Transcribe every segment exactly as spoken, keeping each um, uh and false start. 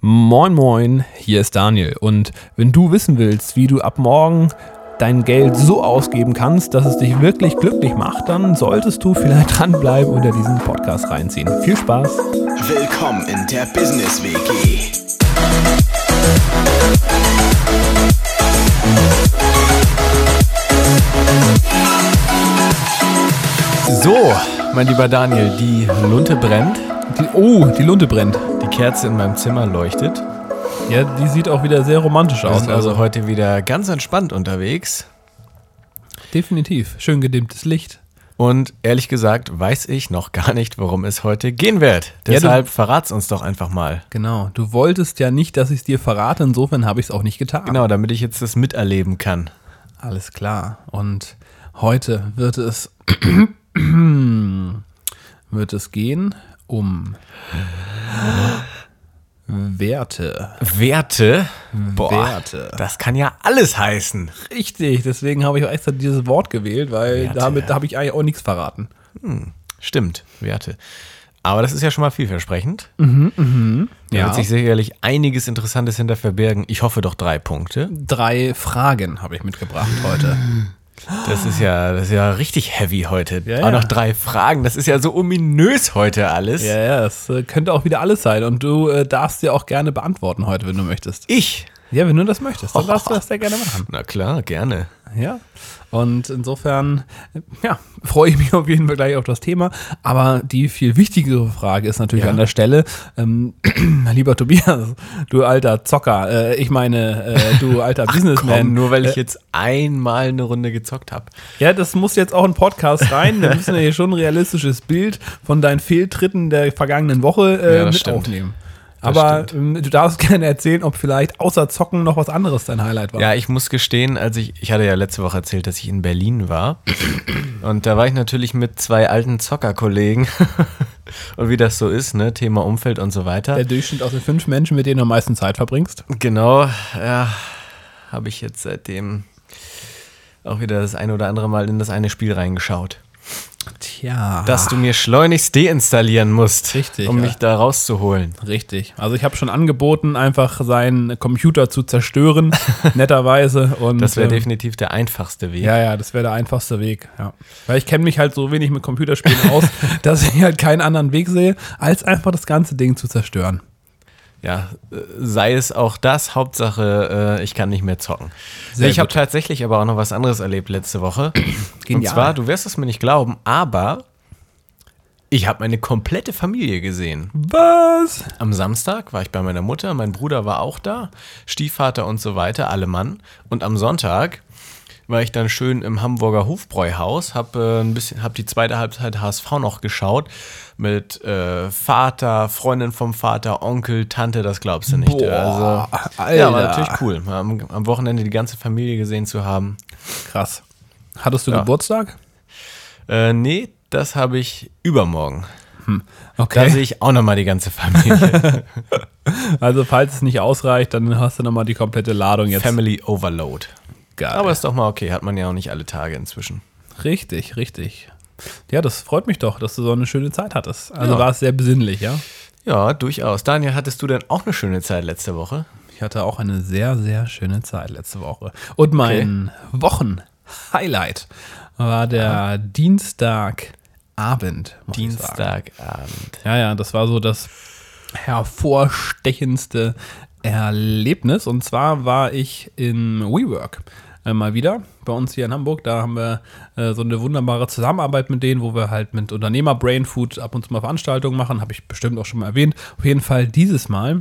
Moin Moin, hier ist Daniel und wenn du wissen willst, wie du ab morgen dein Geld so ausgeben kannst, dass es dich wirklich glücklich macht, dann solltest du vielleicht dranbleiben und dir diesen Podcast reinziehen. Viel Spaß! Willkommen in der Business-W G. So, mein lieber Daniel, die Lunte brennt. Die, oh, die Lunte brennt. Die Kerze in meinem Zimmer leuchtet. Ja, die sieht auch wieder sehr romantisch Wir aus. sind also heute wieder ganz entspannt unterwegs. Definitiv. Schön gedimmtes Licht. Und ehrlich gesagt weiß ich noch gar nicht, worum es heute gehen wird. Ja, Deshalb du- verrat's uns doch einfach mal. Genau. Du wolltest ja nicht, dass ich es dir verrate, insofern habe ich es auch nicht getan. Genau, damit ich jetzt das miterleben kann. Alles klar. Und heute wird es wird es gehen um Werte. Werte? Boah, Werte. das kann ja alles heißen. Richtig, deswegen habe ich auch extra dieses Wort gewählt, weil Werte. damit habe ich eigentlich auch nichts verraten. Stimmt, Werte. Aber das ist ja schon mal vielversprechend. Ja. Da wird sich sicherlich einiges Interessantes hinter verbergen. Ich hoffe doch drei Punkte. Drei Fragen habe ich mitgebracht heute. Das ist ja, das ist ja richtig heavy heute. Ja, Auch ja. noch drei Fragen. Das ist ja so ominös heute alles. Ja, ja, das äh, könnte auch wieder alles sein. Und du äh, darfst ja auch gerne beantworten heute, wenn du möchtest. Ich? Ja, wenn du das möchtest, dann darfst du das sehr gerne machen. Na klar, gerne. Ja, und insofern, ja, freue ich mich auf jeden Fall gleich auf das Thema. Aber die viel wichtigere Frage ist natürlich Ja. an der Stelle, ähm, lieber Tobias, du alter Zocker, äh, ich meine, äh, du alter Businessman. Komm, nur weil ich jetzt einmal eine Runde gezockt habe. Ja, das muss jetzt auch in Podcast rein. Wir müssen ja hier schon ein realistisches Bild von deinen Fehltritten der vergangenen Woche äh, Ja, das mit stimmt. aufnehmen. Das Aber ähm, du darfst gerne erzählen, ob vielleicht außer Zocken noch was anderes dein Highlight war. Ja, ich muss gestehen, als ich, ich hatte ja letzte Woche erzählt, dass ich in Berlin war. Und da war ich natürlich mit zwei alten Zockerkollegen. Und wie das so ist, ne, Thema Umfeld und so weiter. Der Durchschnitt aus den fünf Menschen, mit denen du am meisten Zeit verbringst. Genau, ja, habe ich jetzt seitdem auch wieder das ein oder andere Mal in das eine Spiel reingeschaut. Tja. Dass du mir schleunigst deinstallieren musst, Richtig, um ja. mich da rauszuholen. Richtig. Also ich habe schon angeboten, einfach seinen Computer zu zerstören, netterweise. Und, Das wäre ähm, definitiv der einfachste Weg. Ja, ja, das wäre der einfachste Weg. Ja. Weil ich kenne mich halt so wenig mit Computerspielen aus, dass ich halt keinen anderen Weg sehe, als einfach das ganze Ding zu zerstören. Ja, äh, sei es auch das, Hauptsache, äh, ich kann nicht mehr zocken. Sehr ich habe gut. tatsächlich aber auch noch was anderes erlebt letzte Woche. Und Genial. zwar, du wirst es mir nicht glauben, aber ich habe meine komplette Familie gesehen. Was? Am Samstag war ich bei meiner Mutter, mein Bruder war auch da, Stiefvater und so weiter, alle Mann. Und am Sonntag war ich dann schön im Hamburger Hofbräuhaus, habe äh, ein bisschen, habe die zweite Halbzeit H S V noch geschaut mit äh, Vater, Freundin vom Vater, Onkel, Tante, das glaubst du nicht. Boah, also, ja, war Alter. natürlich cool, am, am Wochenende die ganze Familie gesehen zu haben. Krass. Hattest du Ja. Geburtstag? Äh, nee, das habe ich übermorgen. Da Okay. sehe ich auch nochmal die ganze Familie. Also falls es nicht ausreicht, dann hast du nochmal die komplette Ladung jetzt. Family Overload. Geil. Aber ist doch mal okay, hat man ja auch nicht alle Tage inzwischen. Richtig, richtig. Ja, das freut mich doch, dass du so eine schöne Zeit hattest. Also Ja. war es sehr besinnlich, ja? Ja, durchaus. Daniel, hattest du denn auch eine schöne Zeit letzte Woche? Ich hatte auch eine sehr, sehr schöne Zeit letzte Woche. Und mein Wochenhighlight war der Dienstagabend. muss ich sagen. Dienstagabend. Ja, ja, das war so das hervorstechendste Erlebnis. Und zwar war ich in WeWork äh, mal wieder bei uns hier in Hamburg. Da haben wir äh, so eine wunderbare Zusammenarbeit mit denen, wo wir halt mit Unternehmer Brainfood ab und zu mal Veranstaltungen machen. Habe ich bestimmt auch schon mal erwähnt. Auf jeden Fall dieses Mal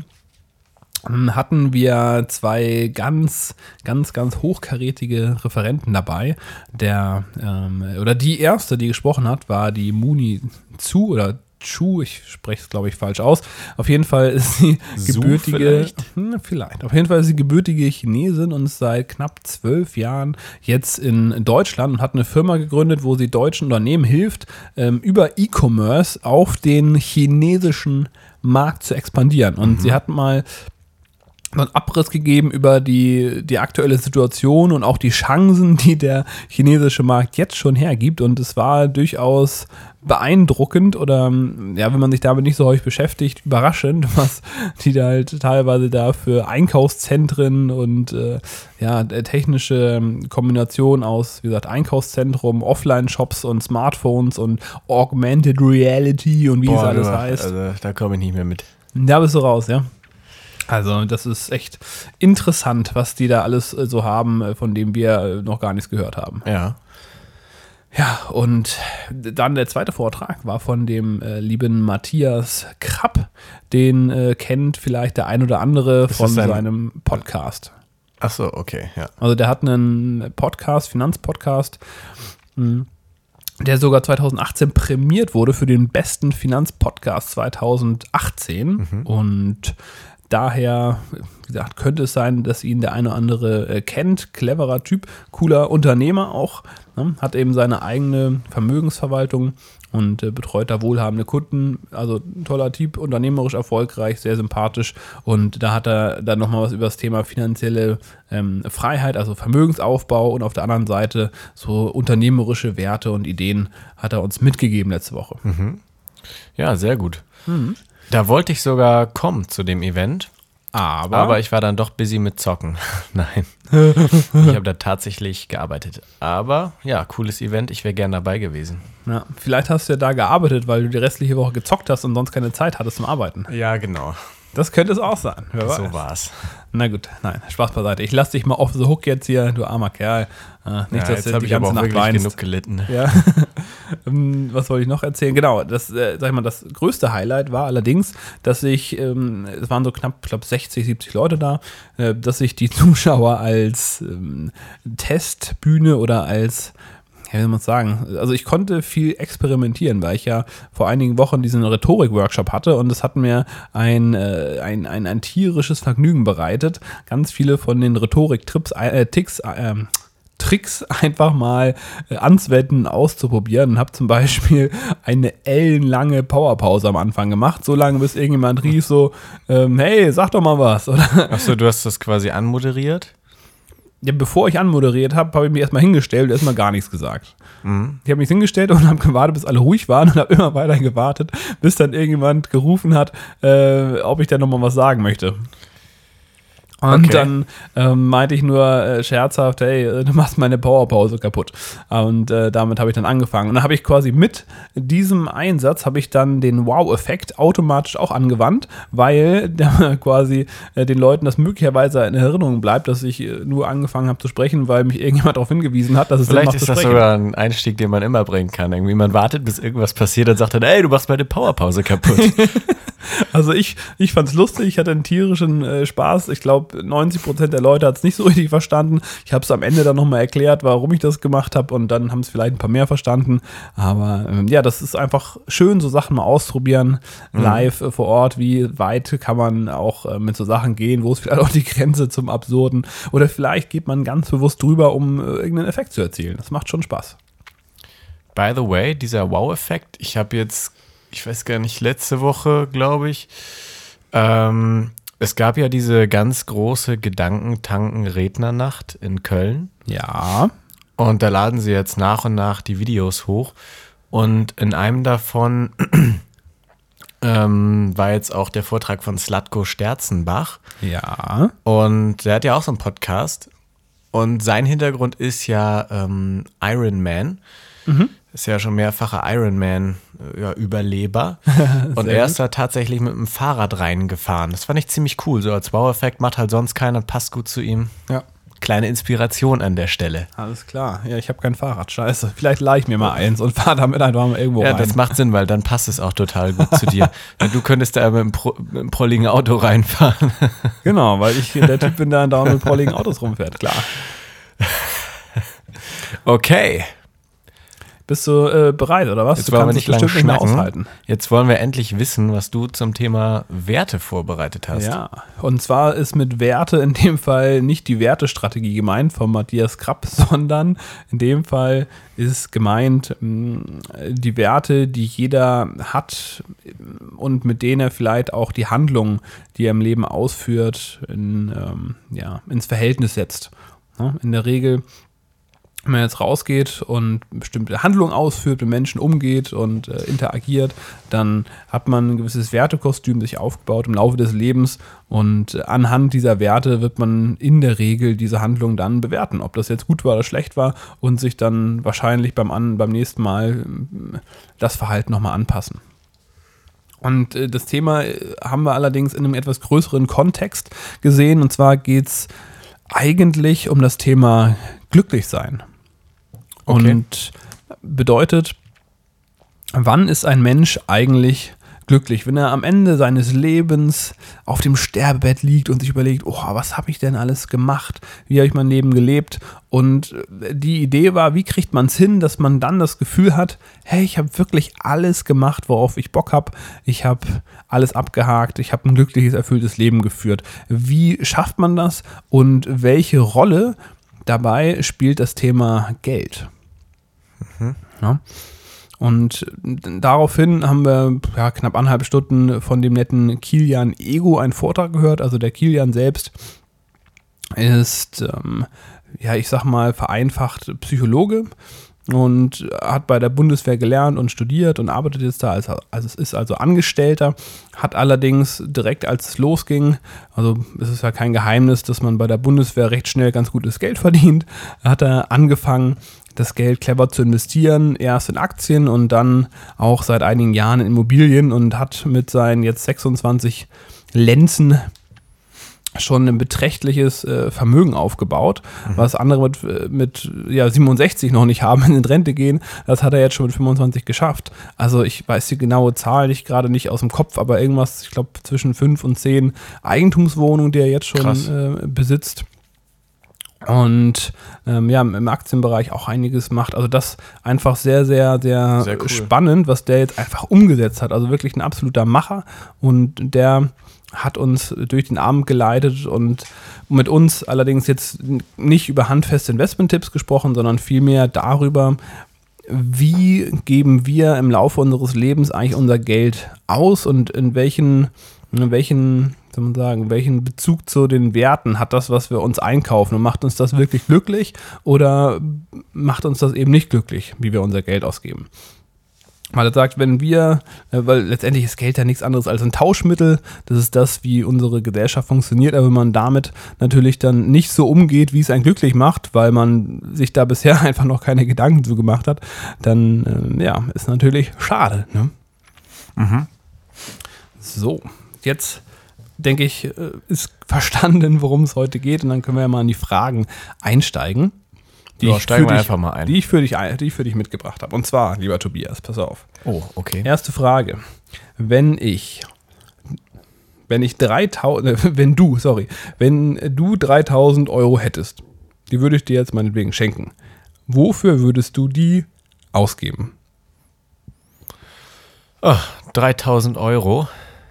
hatten wir zwei ganz, ganz, ganz hochkarätige Referenten dabei. Der, ähm, oder die erste, die gesprochen hat, war die Muni Zu oder Chu, ich spreche es glaube ich falsch aus. Auf jeden Fall ist sie Su gebürtige, vielleicht? Hm, vielleicht. Auf jeden Fall ist sie gebürtige Chinesin und ist seit knapp zwölf Jahren jetzt in Deutschland und hat eine Firma gegründet, wo sie deutschen Unternehmen hilft, ähm, über E-Commerce auf den chinesischen Markt zu expandieren. Und sie hat mal einen Abriss gegeben über die, die aktuelle Situation und auch die Chancen, die der chinesische Markt jetzt schon hergibt. Und es war durchaus beeindruckend oder, ja, wenn man sich damit nicht so häufig beschäftigt, überraschend, was die da halt teilweise da für Einkaufszentren und äh, ja, technische Kombination aus, wie gesagt, Einkaufszentrum, Offline-Shops und Smartphones und Augmented Reality und wie Boah, es alles du, heißt. Also da komme ich nicht mehr mit. Da bist du raus, ja. Also das ist echt interessant, was die da alles äh, so haben, äh, von dem wir äh, noch gar nichts gehört haben. Ja. Ja, und dann der zweite Vortrag war von dem äh, lieben Matthias Krapp. Den äh, kennt vielleicht der ein oder andere Ist von das ein- seinem Podcast. Ach so, okay, ja. Also der hat einen Podcast, Finanzpodcast, mh, der sogar zwanzig achtzehn prämiert wurde für den besten Finanzpodcast zwanzig achtzehn. Mhm. Und daher, wie gesagt, könnte es sein, dass ihn der eine oder andere äh, kennt. Cleverer Typ, cooler Unternehmer auch. Ne? Hat eben seine eigene Vermögensverwaltung und äh, betreut da wohlhabende Kunden. Also ein toller Typ, unternehmerisch erfolgreich, sehr sympathisch. Und da hat er dann nochmal was über das Thema finanzielle ähm, Freiheit, also Vermögensaufbau und auf der anderen Seite so unternehmerische Werte und Ideen hat er uns mitgegeben letzte Woche. Ja, sehr gut. Da wollte ich sogar kommen zu dem Event, Aber, aber ich war dann doch busy mit Zocken. Nein, ich habe da tatsächlich gearbeitet. Aber ja, cooles Event, ich wäre gern dabei gewesen. ja, vielleicht hast du ja da gearbeitet, weil du die restliche Woche gezockt hast und sonst keine Zeit hattest zum Arbeiten. Ja, genau. Das könnte es auch sein. Wer weiß. So war's. Na gut, nein, Spaß beiseite. Ich lass dich mal off the hook jetzt hier, du armer Kerl. Äh, nicht, Ja, dass jetzt du habe die ich aber ganze auch Nacht wirklich weinst. genug gelitten. Ja. Ähm, Was wollte ich noch erzählen? Genau, das, äh, sag ich mal, das größte Highlight war allerdings, dass ich, ähm, es waren so knapp, ich glaube, sechzig, siebzig Leute da, äh, dass ich die Zuschauer als ähm, Testbühne oder als, ja, wie soll man sagen, also ich konnte viel experimentieren, weil ich ja vor einigen Wochen diesen Rhetorik-Workshop hatte und es hat mir ein, äh, ein, ein, ein tierisches Vergnügen bereitet, ganz viele von den Rhetorik-Trips, äh, Ticks, äh, Tricks einfach mal äh, anzuwenden, auszuprobieren und habe zum Beispiel eine ellenlange Powerpause am Anfang gemacht, so lange bis irgendjemand rief so, ähm, hey, sag doch mal was, oder? Achso, du hast das quasi anmoderiert? Ja, bevor ich anmoderiert habe, habe ich mich erstmal hingestellt und erstmal gar nichts gesagt. Mhm. Ich habe mich hingestellt und habe gewartet, bis alle ruhig waren und habe immer weiter gewartet, bis dann irgendjemand gerufen hat, äh, ob ich da nochmal was sagen möchte. Und Okay. dann ähm, meinte ich nur äh, scherzhaft, hey, äh, du machst meine Powerpause kaputt. Und äh, damit habe ich dann angefangen. Und dann habe ich quasi mit diesem Einsatz, habe ich dann den Wow-Effekt automatisch auch angewandt, weil der quasi äh, den Leuten das möglicherweise in Erinnerung bleibt, dass ich äh, nur angefangen habe zu sprechen, weil mich irgendjemand darauf hingewiesen hat, dass es Sinn Vielleicht macht ist zu das sprechen. sogar ein Einstieg, den man immer bringen kann. Irgendwie man wartet, bis irgendwas passiert und sagt dann, ey, du machst meine Powerpause kaputt. Also ich, ich fand es lustig, ich hatte einen tierischen äh, Spaß. Ich glaube, neunzig Prozent der Leute hat es nicht so richtig verstanden. Ich habe es am Ende dann nochmal erklärt, warum ich das gemacht habe und dann haben es vielleicht ein paar mehr verstanden. Aber ähm, ja, das ist einfach schön, so Sachen mal ausprobieren, Mhm. live äh, vor Ort. Wie weit kann man auch äh, mit so Sachen gehen, wo ist vielleicht auch die Grenze zum Absurden oder vielleicht geht man ganz bewusst drüber, um äh, irgendeinen Effekt zu erzielen. Das macht schon Spaß. By the way, dieser Wow-Effekt, ich habe jetzt, ich weiß gar nicht, letzte Woche, glaube ich, ähm, es gab ja diese ganz große Gedankentanken-Rednernacht in Köln. Ja. Und da laden sie jetzt nach und nach die Videos hoch. Und in einem davon ähm, war jetzt auch der Vortrag von Slatko Sterzenbach. Ja. Und der hat ja auch so einen Podcast. Und sein Hintergrund ist ja ähm, Iron Man. Ist ja schon mehrfacher Ironman-Überleber. Und er ist da tatsächlich mit dem Fahrrad reingefahren. Das fand ich ziemlich cool. So als Wow-Effekt, macht halt sonst keiner, passt gut zu ihm. Ja. Kleine Inspiration an der Stelle. Alles klar. Ja, ich habe kein Fahrrad. Scheiße. Vielleicht leih ich mir mal eins und fahre damit einfach mal irgendwo Ja, rein. das macht Sinn, weil dann passt es auch total gut zu dir. Du könntest da mit einem, Pro, mit einem prolligen Auto reinfahren. Genau, weil ich der Typ bin, der andauernd mit prolligen Autos rumfährt, klar. Okay. Bist du äh, bereit, oder was? Jetzt du wollen wir kannst nicht es lang bestimmt nicht mehr schnacken. aushalten. Jetzt wollen wir endlich wissen, was du zum Thema Werte vorbereitet hast. Ja, und zwar ist mit Werte in dem Fall nicht die Wertestrategie gemeint von Matthias Krapp, sondern in dem Fall ist gemeint mh, die Werte, die jeder hat und mit denen er vielleicht auch die Handlungen, die er im Leben ausführt, in, ähm, ja, ins Verhältnis setzt. Ja, in der Regel, wenn man jetzt rausgeht und bestimmte Handlungen ausführt, mit Menschen umgeht und äh, interagiert, dann hat man ein gewisses Wertekostüm sich aufgebaut im Laufe des Lebens und äh, anhand dieser Werte wird man in der Regel diese Handlung dann bewerten, ob das jetzt gut war oder schlecht war und sich dann wahrscheinlich beim, an, beim nächsten Mal äh, das Verhalten nochmal anpassen. Und äh, das Thema haben wir allerdings in einem etwas größeren Kontext gesehen, und zwar geht es eigentlich um das Thema Glücklichsein. Okay. Und bedeutet, wann ist ein Mensch eigentlich glücklich? Wenn er am Ende seines Lebens auf dem Sterbebett liegt und sich überlegt, oh, was habe ich denn alles gemacht? Wie habe ich mein Leben gelebt? Und die Idee war, wie kriegt man es hin, dass man dann das Gefühl hat, hey, ich habe wirklich alles gemacht, worauf ich Bock habe. Ich habe alles abgehakt. Ich habe ein glückliches, erfülltes Leben geführt. Wie schafft man das? Und welche Rolle dabei spielt das Thema Geld? Mhm. Ja. Und daraufhin haben wir ja, knapp anderthalb Stunden von dem netten Kilian Ego einen Vortrag gehört. Also der Kilian selbst ist, ähm, ja, ich sag mal, vereinfacht Psychologe und hat bei der Bundeswehr gelernt und studiert und arbeitet jetzt da als, also es ist also Angestellter, hat allerdings direkt als es losging, also es ist ja kein Geheimnis, dass man bei der Bundeswehr recht schnell ganz gutes Geld verdient, hat er angefangen, das Geld clever zu investieren, erst in Aktien und dann auch seit einigen Jahren in Immobilien und hat mit seinen jetzt sechsundzwanzig Lenzen schon ein beträchtliches äh, Vermögen aufgebaut, mhm. was andere mit, mit ja, siebenundsechzig noch nicht haben, in Rente gehen. Das hat er jetzt schon mit fünfundzwanzig geschafft. Also ich weiß die genaue Zahl nicht gerade nicht aus dem Kopf, aber irgendwas, ich glaube, zwischen fünf und zehn Eigentumswohnungen, die er jetzt schon äh, besitzt. Und ähm, ja, im Aktienbereich auch einiges macht. Also das einfach sehr, sehr, sehr, sehr cool. Spannend, was der jetzt einfach umgesetzt hat. Also wirklich ein absoluter Macher. Und der hat uns durch den Abend geleitet und mit uns allerdings jetzt nicht über handfeste Investment-Tipps gesprochen, sondern vielmehr darüber, wie geben wir im Laufe unseres Lebens eigentlich unser Geld aus und in welchen, in welchen, soll man sagen, welchen Bezug zu den Werten hat das, was wir uns einkaufen, und macht uns das wirklich glücklich oder macht uns das eben nicht glücklich, wie wir unser Geld ausgeben. Weil er sagt, wenn wir, weil letztendlich ist Geld ja nichts anderes als ein Tauschmittel, das ist das, wie unsere Gesellschaft funktioniert, aber wenn man damit natürlich dann nicht so umgeht, wie es einen glücklich macht, weil man sich da bisher einfach noch keine Gedanken zu gemacht hat, dann ja, ist natürlich schade. Ne? Mhm. So, jetzt denke ich, ist verstanden, worum es heute geht, und dann können wir ja mal in die Fragen einsteigen. Die, ja, ich steigen wir dich, einfach mal ein. Die ich, für dich, die ich für dich mitgebracht habe. Und zwar, lieber Tobias, pass auf. Oh, okay. Erste Frage. Wenn ich, wenn ich dreitausend, wenn du, sorry, wenn du dreitausend Euro hättest, die würde ich dir jetzt meinetwegen schenken. Wofür würdest du die ausgeben? Oh, dreitausend Euro.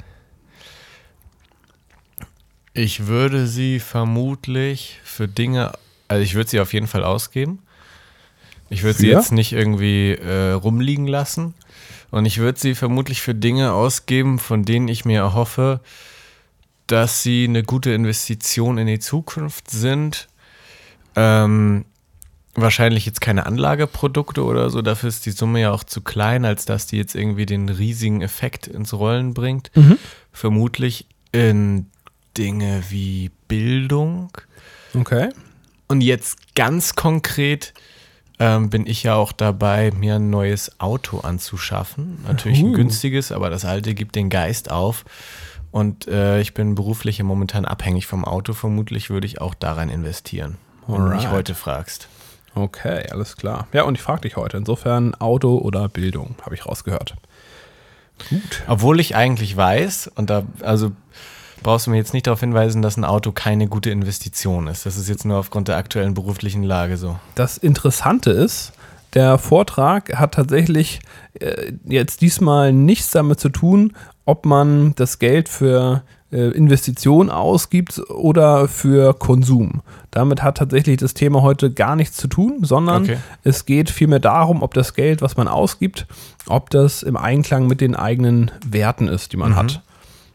Ich würde sie vermutlich für Dinge, also ich würde sie auf jeden Fall ausgeben. Ich würde sie jetzt nicht irgendwie äh, rumliegen lassen. Und ich würde sie vermutlich für Dinge ausgeben, von denen ich mir erhoffe, dass sie eine gute Investition in die Zukunft sind. Ähm, wahrscheinlich jetzt keine Anlageprodukte oder so. Dafür ist die Summe ja auch zu klein, als dass die jetzt irgendwie den riesigen Effekt ins Rollen bringt. Mhm. Vermutlich in Dinge wie Bildung. Okay. Und jetzt ganz konkret ähm, bin ich ja auch dabei, mir ein neues Auto anzuschaffen. Natürlich uh. ein günstiges, aber das alte gibt den Geist auf. Und äh, ich bin beruflich momentan abhängig vom Auto. Vermutlich würde ich auch daran investieren, wenn du mich heute fragst. Okay, alles klar. Ja, und ich frage dich heute. Insofern Auto oder Bildung, habe ich rausgehört. Gut. Obwohl ich eigentlich weiß, und da, also brauchst du mir jetzt nicht darauf hinweisen, dass ein Auto keine gute Investition ist. Das ist jetzt nur aufgrund der aktuellen beruflichen Lage so. Das Interessante ist, der Vortrag hat tatsächlich äh, jetzt diesmal nichts damit zu tun, ob man das Geld für äh, Investitionen ausgibt oder für Konsum. Damit hat tatsächlich das Thema heute gar nichts zu tun, sondern Okay. es geht vielmehr darum, ob das Geld, was man ausgibt, ob das im Einklang mit den eigenen Werten ist, die man Mhm. hat.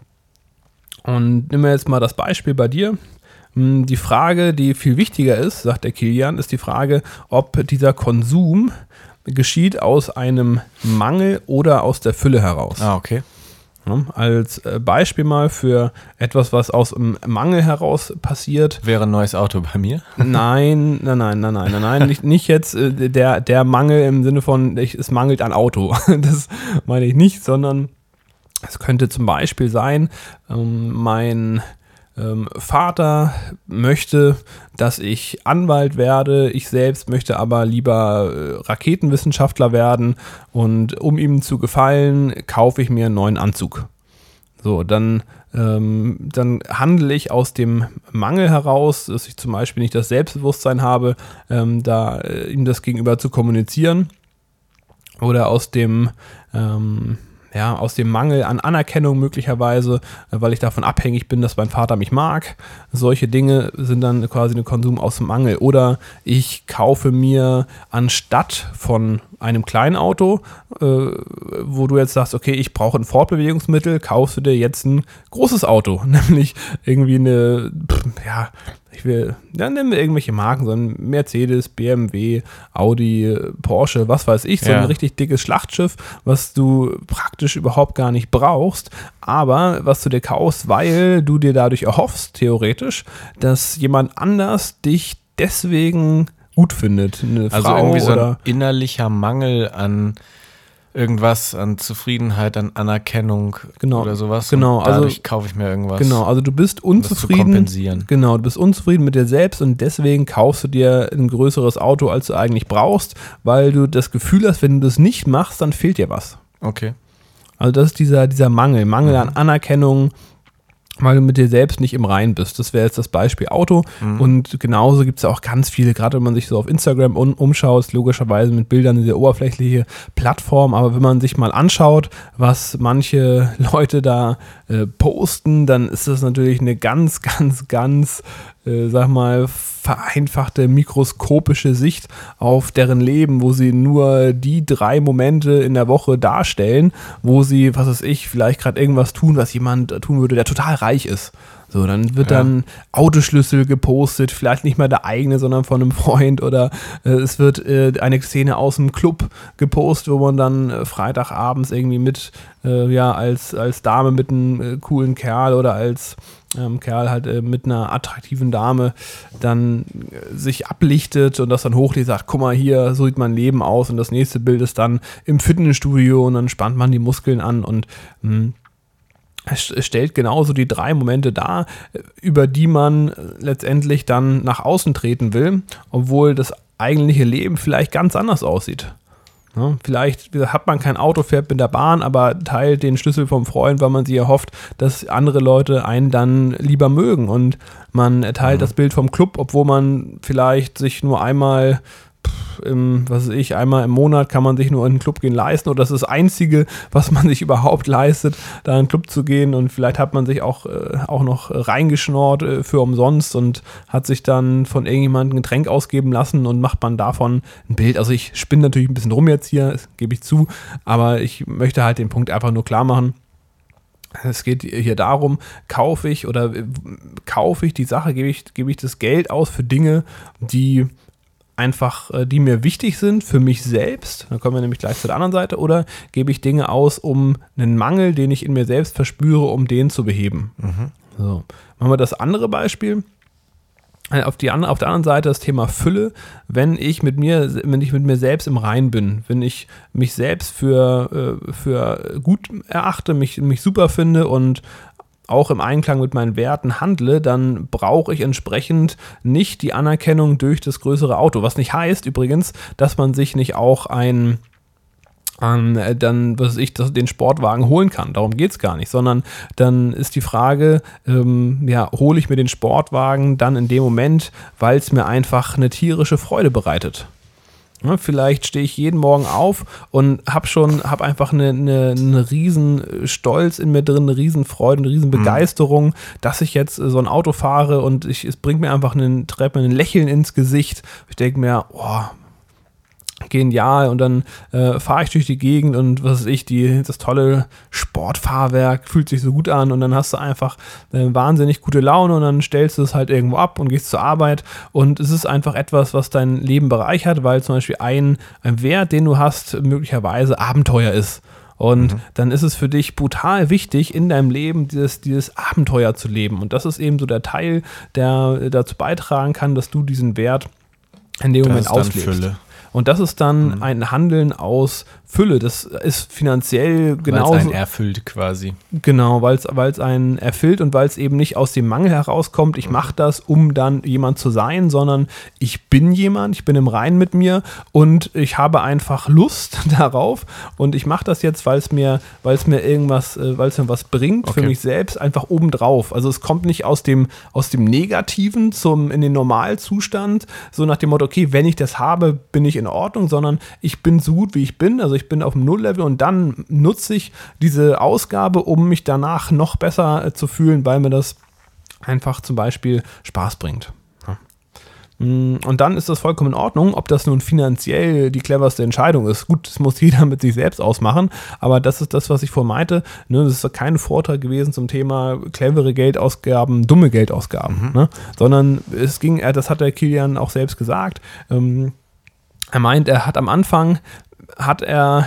Und nehmen wir jetzt mal das Beispiel bei dir. Hm, Die Frage, die viel wichtiger ist, sagt der Kilian, ist die Frage, ob dieser Konsum geschieht aus einem Mangel oder aus der Fülle heraus. Ah, okay. Ja, als äh, Beispiel mal für etwas, was aus dem Mangel heraus passiert. Wäre ein neues Auto bei mir? Nein, nein, nein, nein, nein, nein, nein, nicht, nicht jetzt äh, der, der Mangel im Sinne von, ich, es mangelt an Auto. Das meine ich nicht, sondern es könnte zum Beispiel sein, ähm, mein ähm, Vater möchte, dass ich Anwalt werde, ich selbst möchte aber lieber äh, Raketenwissenschaftler werden und um ihm zu gefallen, kaufe ich mir einen neuen Anzug. So, dann, ähm, dann handle ich aus dem Mangel heraus, dass ich zum Beispiel nicht das Selbstbewusstsein habe, ähm, da äh, ihm das gegenüber zu kommunizieren, oder aus dem ähm, ja, aus dem Mangel an Anerkennung möglicherweise, äh, weil ich davon abhängig bin, dass mein Vater mich mag. Solche Dinge sind dann quasi ein Konsum aus dem Mangel. Oder ich kaufe mir anstatt von einem kleinen Auto, äh, wo du jetzt sagst, okay, ich brauche ein Fortbewegungsmittel, kaufst du dir jetzt ein großes Auto, nämlich irgendwie eine, pff, ja, ich will, dann nennen wir irgendwelche Marken, so ein Mercedes, B M W, Audi, Porsche, was weiß ich, so Ja. ein richtig dickes Schlachtschiff, was du praktisch überhaupt gar nicht brauchst, aber was du dir kaufst, weil du dir dadurch erhoffst, theoretisch, dass jemand anders dich deswegen gut findet. Eine Also Frau irgendwie so ein oder innerlicher Mangel an irgendwas, an Zufriedenheit, an Anerkennung Genau, oder sowas. genau, Und also- dadurch kaufe ich mir irgendwas. Genau, also du bist um das zu unzufrieden. kompensieren. Genau, du bist unzufrieden mit dir selbst und deswegen kaufst du dir ein größeres Auto, als du eigentlich brauchst, weil du das Gefühl hast, wenn du das nicht machst, dann fehlt dir was. Okay. Also das ist dieser, dieser Mangel, Mangel an Anerkennung, weil du mit dir selbst nicht im Reinen bist. Das wäre jetzt das Beispiel Auto. Und genauso gibt es auch ganz viele, gerade wenn man sich so auf Instagram un- umschaut, logischerweise mit Bildern diese oberflächliche Plattform, aber wenn man sich mal anschaut, was manche Leute da äh, posten, dann ist das natürlich eine ganz, ganz, ganz, äh, sag mal, vereinfachte, mikroskopische Sicht auf deren Leben, wo sie nur die drei Momente in der Woche darstellen, wo sie, was weiß ich, vielleicht gerade irgendwas tun, was jemand tun würde, der total reich ist. So, dann wird Ja. dann Autoschlüssel gepostet, vielleicht nicht mal der eigene, sondern von einem Freund, oder äh, es wird äh, eine Szene aus dem Club gepostet, wo man dann äh, Freitagabends irgendwie mit, äh, ja, als, als Dame mit einem äh, coolen Kerl oder als ähm, Kerl halt äh, mit einer attraktiven Dame dann äh, sich ablichtet und das dann hochlädt, sagt, guck mal hier, so sieht mein Leben aus, und das nächste Bild ist dann im Fitnessstudio und dann spannt man die Muskeln an und mh, es stellt genauso die drei Momente dar, über die man letztendlich dann nach außen treten will, obwohl das eigentliche Leben vielleicht ganz anders aussieht. Ja, vielleicht hat man kein Auto, fährt mit der Bahn, aber teilt den Schlüssel vom Freund, weil man sich erhofft, dass andere Leute einen dann lieber mögen. Und man teilt Mhm. das Bild vom Club, obwohl man vielleicht sich nur einmal im, was weiß ich, einmal im Monat kann man sich nur in den Club gehen leisten, oder das ist das Einzige, was man sich überhaupt leistet, da in den Club zu gehen, und vielleicht hat man sich auch, äh, auch noch reingeschnort äh, für umsonst und hat sich dann von irgendjemandem ein Getränk ausgeben lassen und macht man davon ein Bild. Also ich spinne natürlich ein bisschen rum jetzt hier, das gebe ich zu, aber ich möchte halt den Punkt einfach nur klar machen. Es geht hier darum, kaufe ich oder äh, kaufe ich die Sache, gebe ich, gebe ich das Geld aus für Dinge, die einfach, äh, die mir wichtig sind für mich selbst, dann kommen wir nämlich gleich zu der anderen Seite, oder gebe ich Dinge aus, um einen Mangel, den ich in mir selbst verspüre, um den zu beheben. So. Machen wir das andere Beispiel. Äh, Auf, die, an- auf der anderen Seite das Thema Fülle, wenn ich mit mir, wenn ich mit mir selbst im Reinen bin, wenn ich mich selbst für, äh, für gut erachte, mich, mich super finde und auch im Einklang mit meinen Werten handle, dann brauche ich entsprechend nicht die Anerkennung durch das größere Auto. Was nicht heißt übrigens, dass man sich nicht auch ein an, äh, dann, was weiß ich, das, den Sportwagen holen kann. Darum geht es gar nicht, sondern dann ist die Frage, ähm, ja, hole ich mir den Sportwagen dann in dem Moment, weil es mir einfach eine tierische Freude bereitet. Ja, vielleicht stehe ich jeden Morgen auf und habe schon, habe einfach eine, eine, eine riesen Stolz in mir drin, eine riesen Freude, eine riesen Begeisterung, mhm. dass ich jetzt so ein Auto fahre und ich, es bringt mir einfach einen, treibt mir ein Lächeln ins Gesicht. Ich denke mir, oh, genial, und dann äh, fahre ich durch die Gegend und was weiß ich, die, das tolle Sportfahrwerk fühlt sich so gut an und dann hast du einfach äh, wahnsinnig gute Laune und dann stellst du es halt irgendwo ab und gehst zur Arbeit und es ist einfach etwas, was dein Leben bereichert, weil zum Beispiel ein, ein Wert, den du hast, möglicherweise Abenteuer ist. Und mhm. dann ist es für dich brutal wichtig, in deinem Leben dieses, dieses Abenteuer zu leben. Und das ist eben so der Teil, der dazu beitragen kann, dass du diesen Wert in dem Moment auslebst. Fülle. Und das ist dann mhm. ein Handeln aus Fülle. Das ist finanziell genauso. Weil es einen erfüllt quasi. Genau, weil es einen erfüllt und weil es eben nicht aus dem Mangel herauskommt, ich mache das, um dann jemand zu sein, sondern ich bin jemand, ich bin im Reinen mit mir und ich habe einfach Lust darauf und ich mache das jetzt, weil es mir, weil es mir irgendwas, weil es mir was bringt, okay. für mich selbst, einfach obendrauf. Also es kommt nicht aus dem, aus dem Negativen zum, in den Normalzustand, so nach dem Motto, okay, wenn ich das habe, bin ich in Ordnung, sondern ich bin so gut, wie ich bin, also ich bin auf dem Nulllevel und dann nutze ich diese Ausgabe, um mich danach noch besser äh, zu fühlen, weil mir das einfach zum Beispiel Spaß bringt. Ja. Und dann ist das vollkommen in Ordnung, ob das nun finanziell die cleverste Entscheidung ist. Gut, das muss jeder mit sich selbst ausmachen, aber das ist das, was ich vorhin meinte. Ne, das ist kein Vortrag gewesen zum Thema clevere Geldausgaben, dumme Geldausgaben, mhm. ne? Sondern es ging, das hat der Kilian auch selbst gesagt, ähm, er meint, er hat am Anfang, hat er,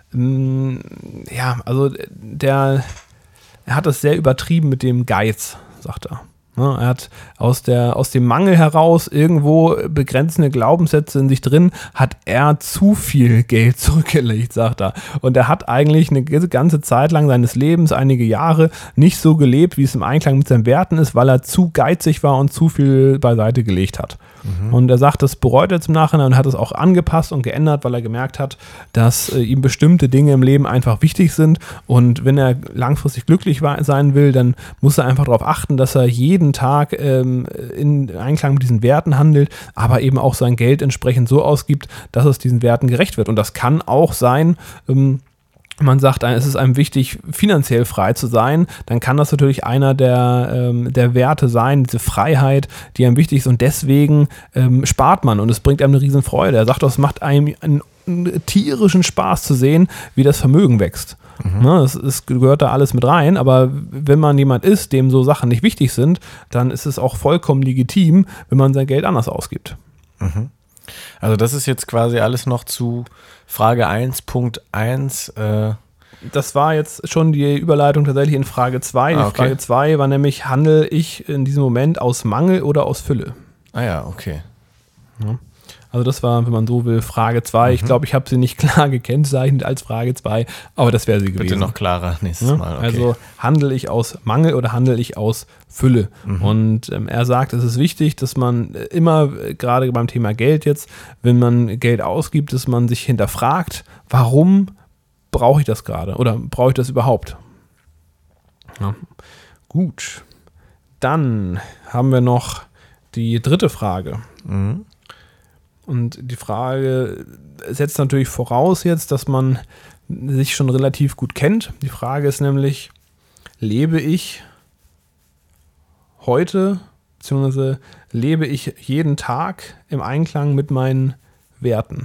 mh, ja, also der, er hat das sehr übertrieben mit dem Geiz, sagt er. Ja, er hat aus, der, aus dem Mangel heraus irgendwo begrenzende Glaubenssätze in sich drin, hat er zu viel Geld zurückgelegt, sagt er. Und er hat eigentlich eine ganze Zeit lang seines Lebens, einige Jahre, nicht so gelebt, wie es im Einklang mit seinen Werten ist, weil er zu geizig war und zu viel beiseite gelegt hat. Mhm. Und er sagt, das bereut er zum Nachhinein und hat es auch angepasst und geändert, weil er gemerkt hat, dass äh, ihm bestimmte Dinge im Leben einfach wichtig sind. Und wenn er langfristig glücklich war, sein will, dann muss er einfach darauf achten, dass er jeden Tag ähm, in Einklang mit diesen Werten handelt, aber eben auch sein Geld entsprechend so ausgibt, dass es diesen Werten gerecht wird. Und das kann auch sein, ähm, man sagt, es ist einem wichtig, finanziell frei zu sein, dann kann das natürlich einer der, ähm, der Werte sein, diese Freiheit, die einem wichtig ist und deswegen ähm, spart man und es bringt einem eine riesen Freude. Er sagt, es macht einem einen, einen tierischen Spaß zu sehen, wie das Vermögen wächst. Mhm. Ne, es, es gehört da alles mit rein, aber wenn man jemand ist, dem so Sachen nicht wichtig sind, dann ist es auch vollkommen legitim, wenn man sein Geld anders ausgibt. Mhm. Also das ist jetzt quasi alles noch zu Frage eins Punkt eins. Äh das war jetzt schon die Überleitung tatsächlich in Frage zwei. Die ah, okay. Frage zwei war nämlich, handle ich in diesem Moment aus Mangel oder aus Fülle? Ah ja, okay. Ja. Also das war, wenn man so will, Frage zwei. Mhm. Ich glaube, ich habe sie nicht klar gekennzeichnet als Frage zwei, aber das wäre sie gewesen. Bitte noch klarer nächstes ja? Mal. Okay. Also handle ich aus Mangel oder handle ich aus Fülle? Mhm. Und ähm, er sagt, es ist wichtig, dass man immer, äh, gerade beim Thema Geld jetzt, wenn man Geld ausgibt, dass man sich hinterfragt, warum brauche ich das gerade oder brauche ich das überhaupt? Ja. Gut. Dann haben wir noch die dritte Frage. Mhm. Und die Frage setzt natürlich voraus jetzt, dass man sich schon relativ gut kennt. Die Frage ist nämlich, lebe ich heute, beziehungsweise lebe ich jeden Tag im Einklang mit meinen Werten?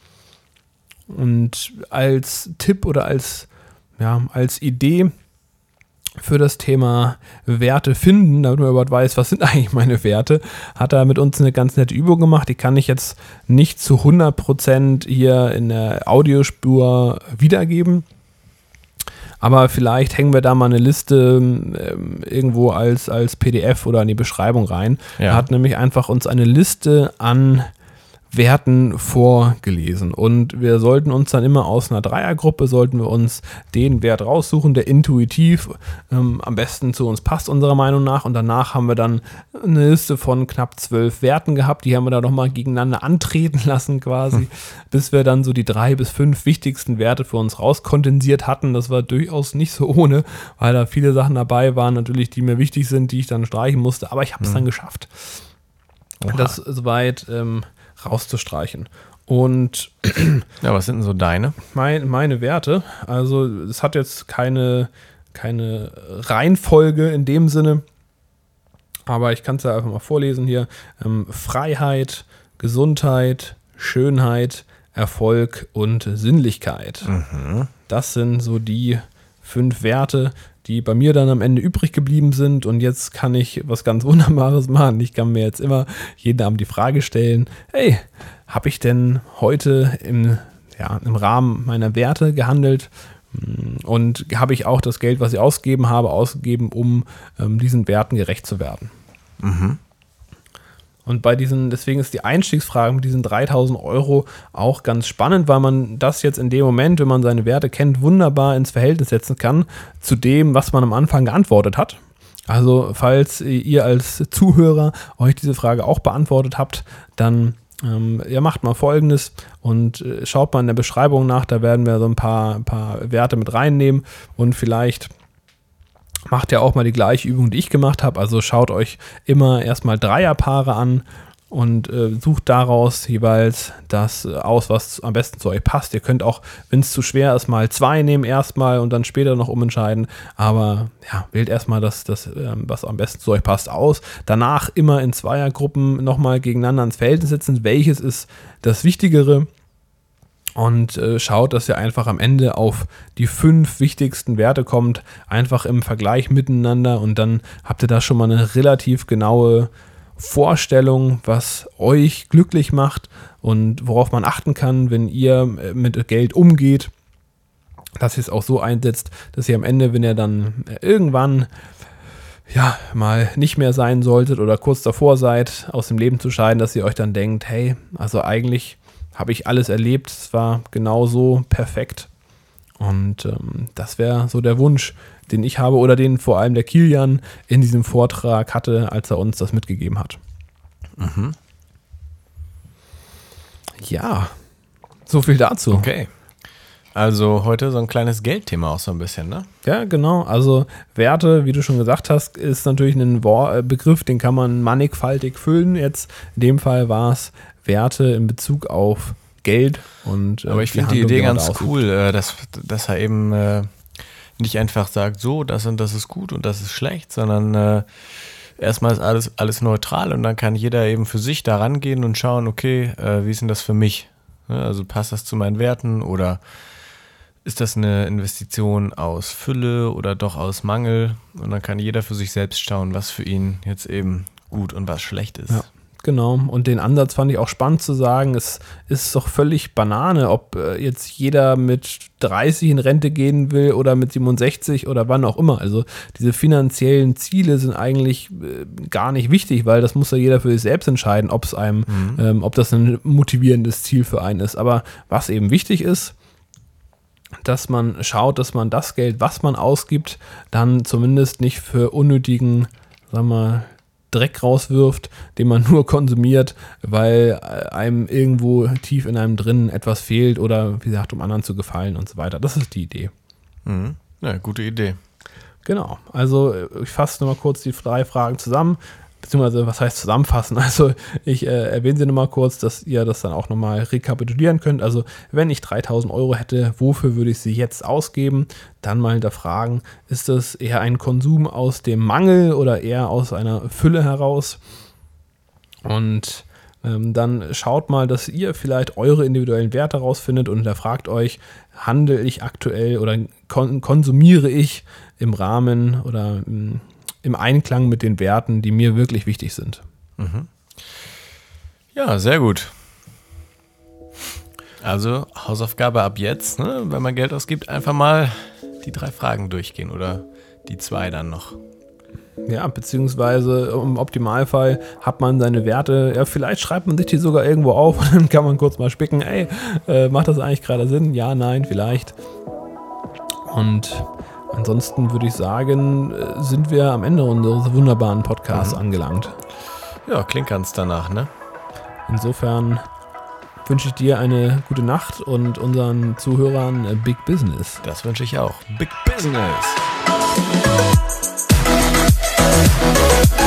Und als Tipp oder als, ja, als Idee für das Thema Werte finden, damit man überhaupt weiß, was sind eigentlich meine Werte, hat er mit uns eine ganz nette Übung gemacht. Die kann ich jetzt nicht zu hundert Prozent hier in der Audiospur wiedergeben. Aber vielleicht hängen wir da mal eine Liste ähm, irgendwo als, als P D F oder in die Beschreibung rein. Ja. Er hat nämlich einfach uns eine Liste an Werten vorgelesen und wir sollten uns dann immer aus einer Dreiergruppe, sollten wir uns den Wert raussuchen, der intuitiv ähm, am besten zu uns passt, unserer Meinung nach, und danach haben wir dann eine Liste von knapp zwölf Werten gehabt, die haben wir dann nochmal gegeneinander antreten lassen quasi, hm. bis wir dann so die drei bis fünf wichtigsten Werte für uns rauskondensiert hatten. Das war durchaus nicht so ohne, weil da viele Sachen dabei waren natürlich, die mir wichtig sind, die ich dann streichen musste, aber ich habe es hm. dann geschafft. Oha. Das soweit ähm, rauszustreichen. Und ja, was sind denn so deine? Mein, meine Werte, also es hat jetzt keine, keine Reihenfolge in dem Sinne, aber ich kann es ja einfach mal vorlesen hier. Ähm, Freiheit, Gesundheit, Schönheit, Erfolg und Sinnlichkeit. Mhm. Das sind so die fünf Werte, die bei mir dann am Ende übrig geblieben sind. Und jetzt kann ich was ganz Wunderbares machen. Ich kann mir jetzt immer jeden Abend die Frage stellen, hey, habe ich denn heute im, ja, im Rahmen meiner Werte gehandelt? Und habe ich auch das Geld, was ich ausgegeben habe, ausgegeben, um ähm, diesen Werten gerecht zu werden? Mhm. Und bei diesen, deswegen ist die Einstiegsfrage mit diesen dreitausend Euro auch ganz spannend, weil man das jetzt in dem Moment, wenn man seine Werte kennt, wunderbar ins Verhältnis setzen kann zu dem, was man am Anfang geantwortet hat. Also falls ihr als Zuhörer euch diese Frage auch beantwortet habt, dann ähm, ja, macht mal Folgendes und äh, schaut mal in der Beschreibung nach, da werden wir so ein paar, ein paar Werte mit reinnehmen und vielleicht macht ihr auch mal die gleiche Übung, die ich gemacht habe. Also schaut euch immer erstmal Dreierpaare an und äh, sucht daraus jeweils das äh, aus, was am besten zu euch passt. Ihr könnt auch, wenn es zu schwer ist, mal zwei nehmen erstmal und dann später noch umentscheiden. Aber ja, wählt erstmal das, das äh, was am besten zu euch passt, aus. Danach immer in Zweiergruppen nochmal gegeneinander ins Verhältnis setzen. Welches ist das Wichtigere? Und äh, schaut, dass ihr einfach am Ende auf die fünf wichtigsten Werte kommt, einfach im Vergleich miteinander und dann habt ihr da schon mal eine relativ genaue Vorstellung, was euch glücklich macht und worauf man achten kann, wenn ihr mit Geld umgeht, dass ihr es auch so einsetzt, dass ihr am Ende, wenn ihr dann irgendwann ja mal nicht mehr sein solltet oder kurz davor seid, aus dem Leben zu scheiden, dass ihr euch dann denkt, hey, also eigentlich habe ich alles erlebt, es war genauso perfekt. Und ähm, das wäre so der Wunsch, den ich habe oder den vor allem der Kilian in diesem Vortrag hatte, als er uns das mitgegeben hat. Mhm. Ja, so viel dazu. Okay. Also heute so ein kleines Geldthema auch so ein bisschen, ne? Ja, genau. Also Werte, wie du schon gesagt hast, ist natürlich ein Wor- Begriff, den kann man mannigfaltig füllen. Jetzt in dem Fall war es Werte in Bezug auf Geld und äh, aber ich finde die Idee ganz cool, äh, dass, dass er eben äh, nicht einfach sagt, so, das und das ist gut und das ist schlecht, sondern äh, erstmal ist alles, alles neutral und dann kann jeder eben für sich da rangehen und schauen, okay, äh, wie ist denn das für mich? Ja, also passt das zu meinen Werten oder ist das eine Investition aus Fülle oder doch aus Mangel? Und dann kann jeder für sich selbst schauen, was für ihn jetzt eben gut und was schlecht ist. Ja. Genau, und den Ansatz fand ich auch spannend zu sagen, es ist doch völlig Banane, ob äh, jetzt jeder mit dreißig in Rente gehen will oder mit siebenundsechzig oder wann auch immer. Also diese finanziellen Ziele sind eigentlich äh, gar nicht wichtig, weil das muss ja jeder für sich selbst entscheiden, ob es einem, mhm. ähm, ob das ein motivierendes Ziel für einen ist. Aber was eben wichtig ist, dass man schaut, dass man das Geld, was man ausgibt, dann zumindest nicht für unnötigen, sagen wir mal, Dreck rauswirft, den man nur konsumiert, weil einem irgendwo tief in einem drin etwas fehlt oder, wie gesagt, um anderen zu gefallen und so weiter. Das ist die Idee. Mhm. Ja, gute Idee. Genau. Also ich fasse nochmal kurz die drei Fragen zusammen, beziehungsweise was heißt zusammenfassen? Also ich äh, erwähne sie nochmal kurz, dass ihr das dann auch nochmal rekapitulieren könnt. Also wenn ich dreitausend Euro hätte, wofür würde ich sie jetzt ausgeben? Dann mal hinterfragen, ist das eher ein Konsum aus dem Mangel oder eher aus einer Fülle heraus? Und ähm, dann schaut mal, dass ihr vielleicht eure individuellen Werte herausfindet und hinterfragt euch, handle ich aktuell oder kon- konsumiere ich im Rahmen oder im im Einklang mit den Werten, die mir wirklich wichtig sind. Mhm. Ja, sehr gut. Also Hausaufgabe ab jetzt, ne? Wenn man Geld ausgibt, einfach mal die drei Fragen durchgehen oder die zwei dann noch. Ja, beziehungsweise im Optimalfall hat man seine Werte, ja, vielleicht schreibt man sich die sogar irgendwo auf und dann kann man kurz mal spicken, ey, äh, macht das eigentlich gerade Sinn? Ja, nein, vielleicht. Und ansonsten würde ich sagen, sind wir am Ende unseres wunderbaren Podcasts mhm. angelangt. Ja, klingt ganz danach, ne? Insofern wünsche ich dir eine gute Nacht und unseren Zuhörern Big Business. Das wünsche ich auch. Big Business!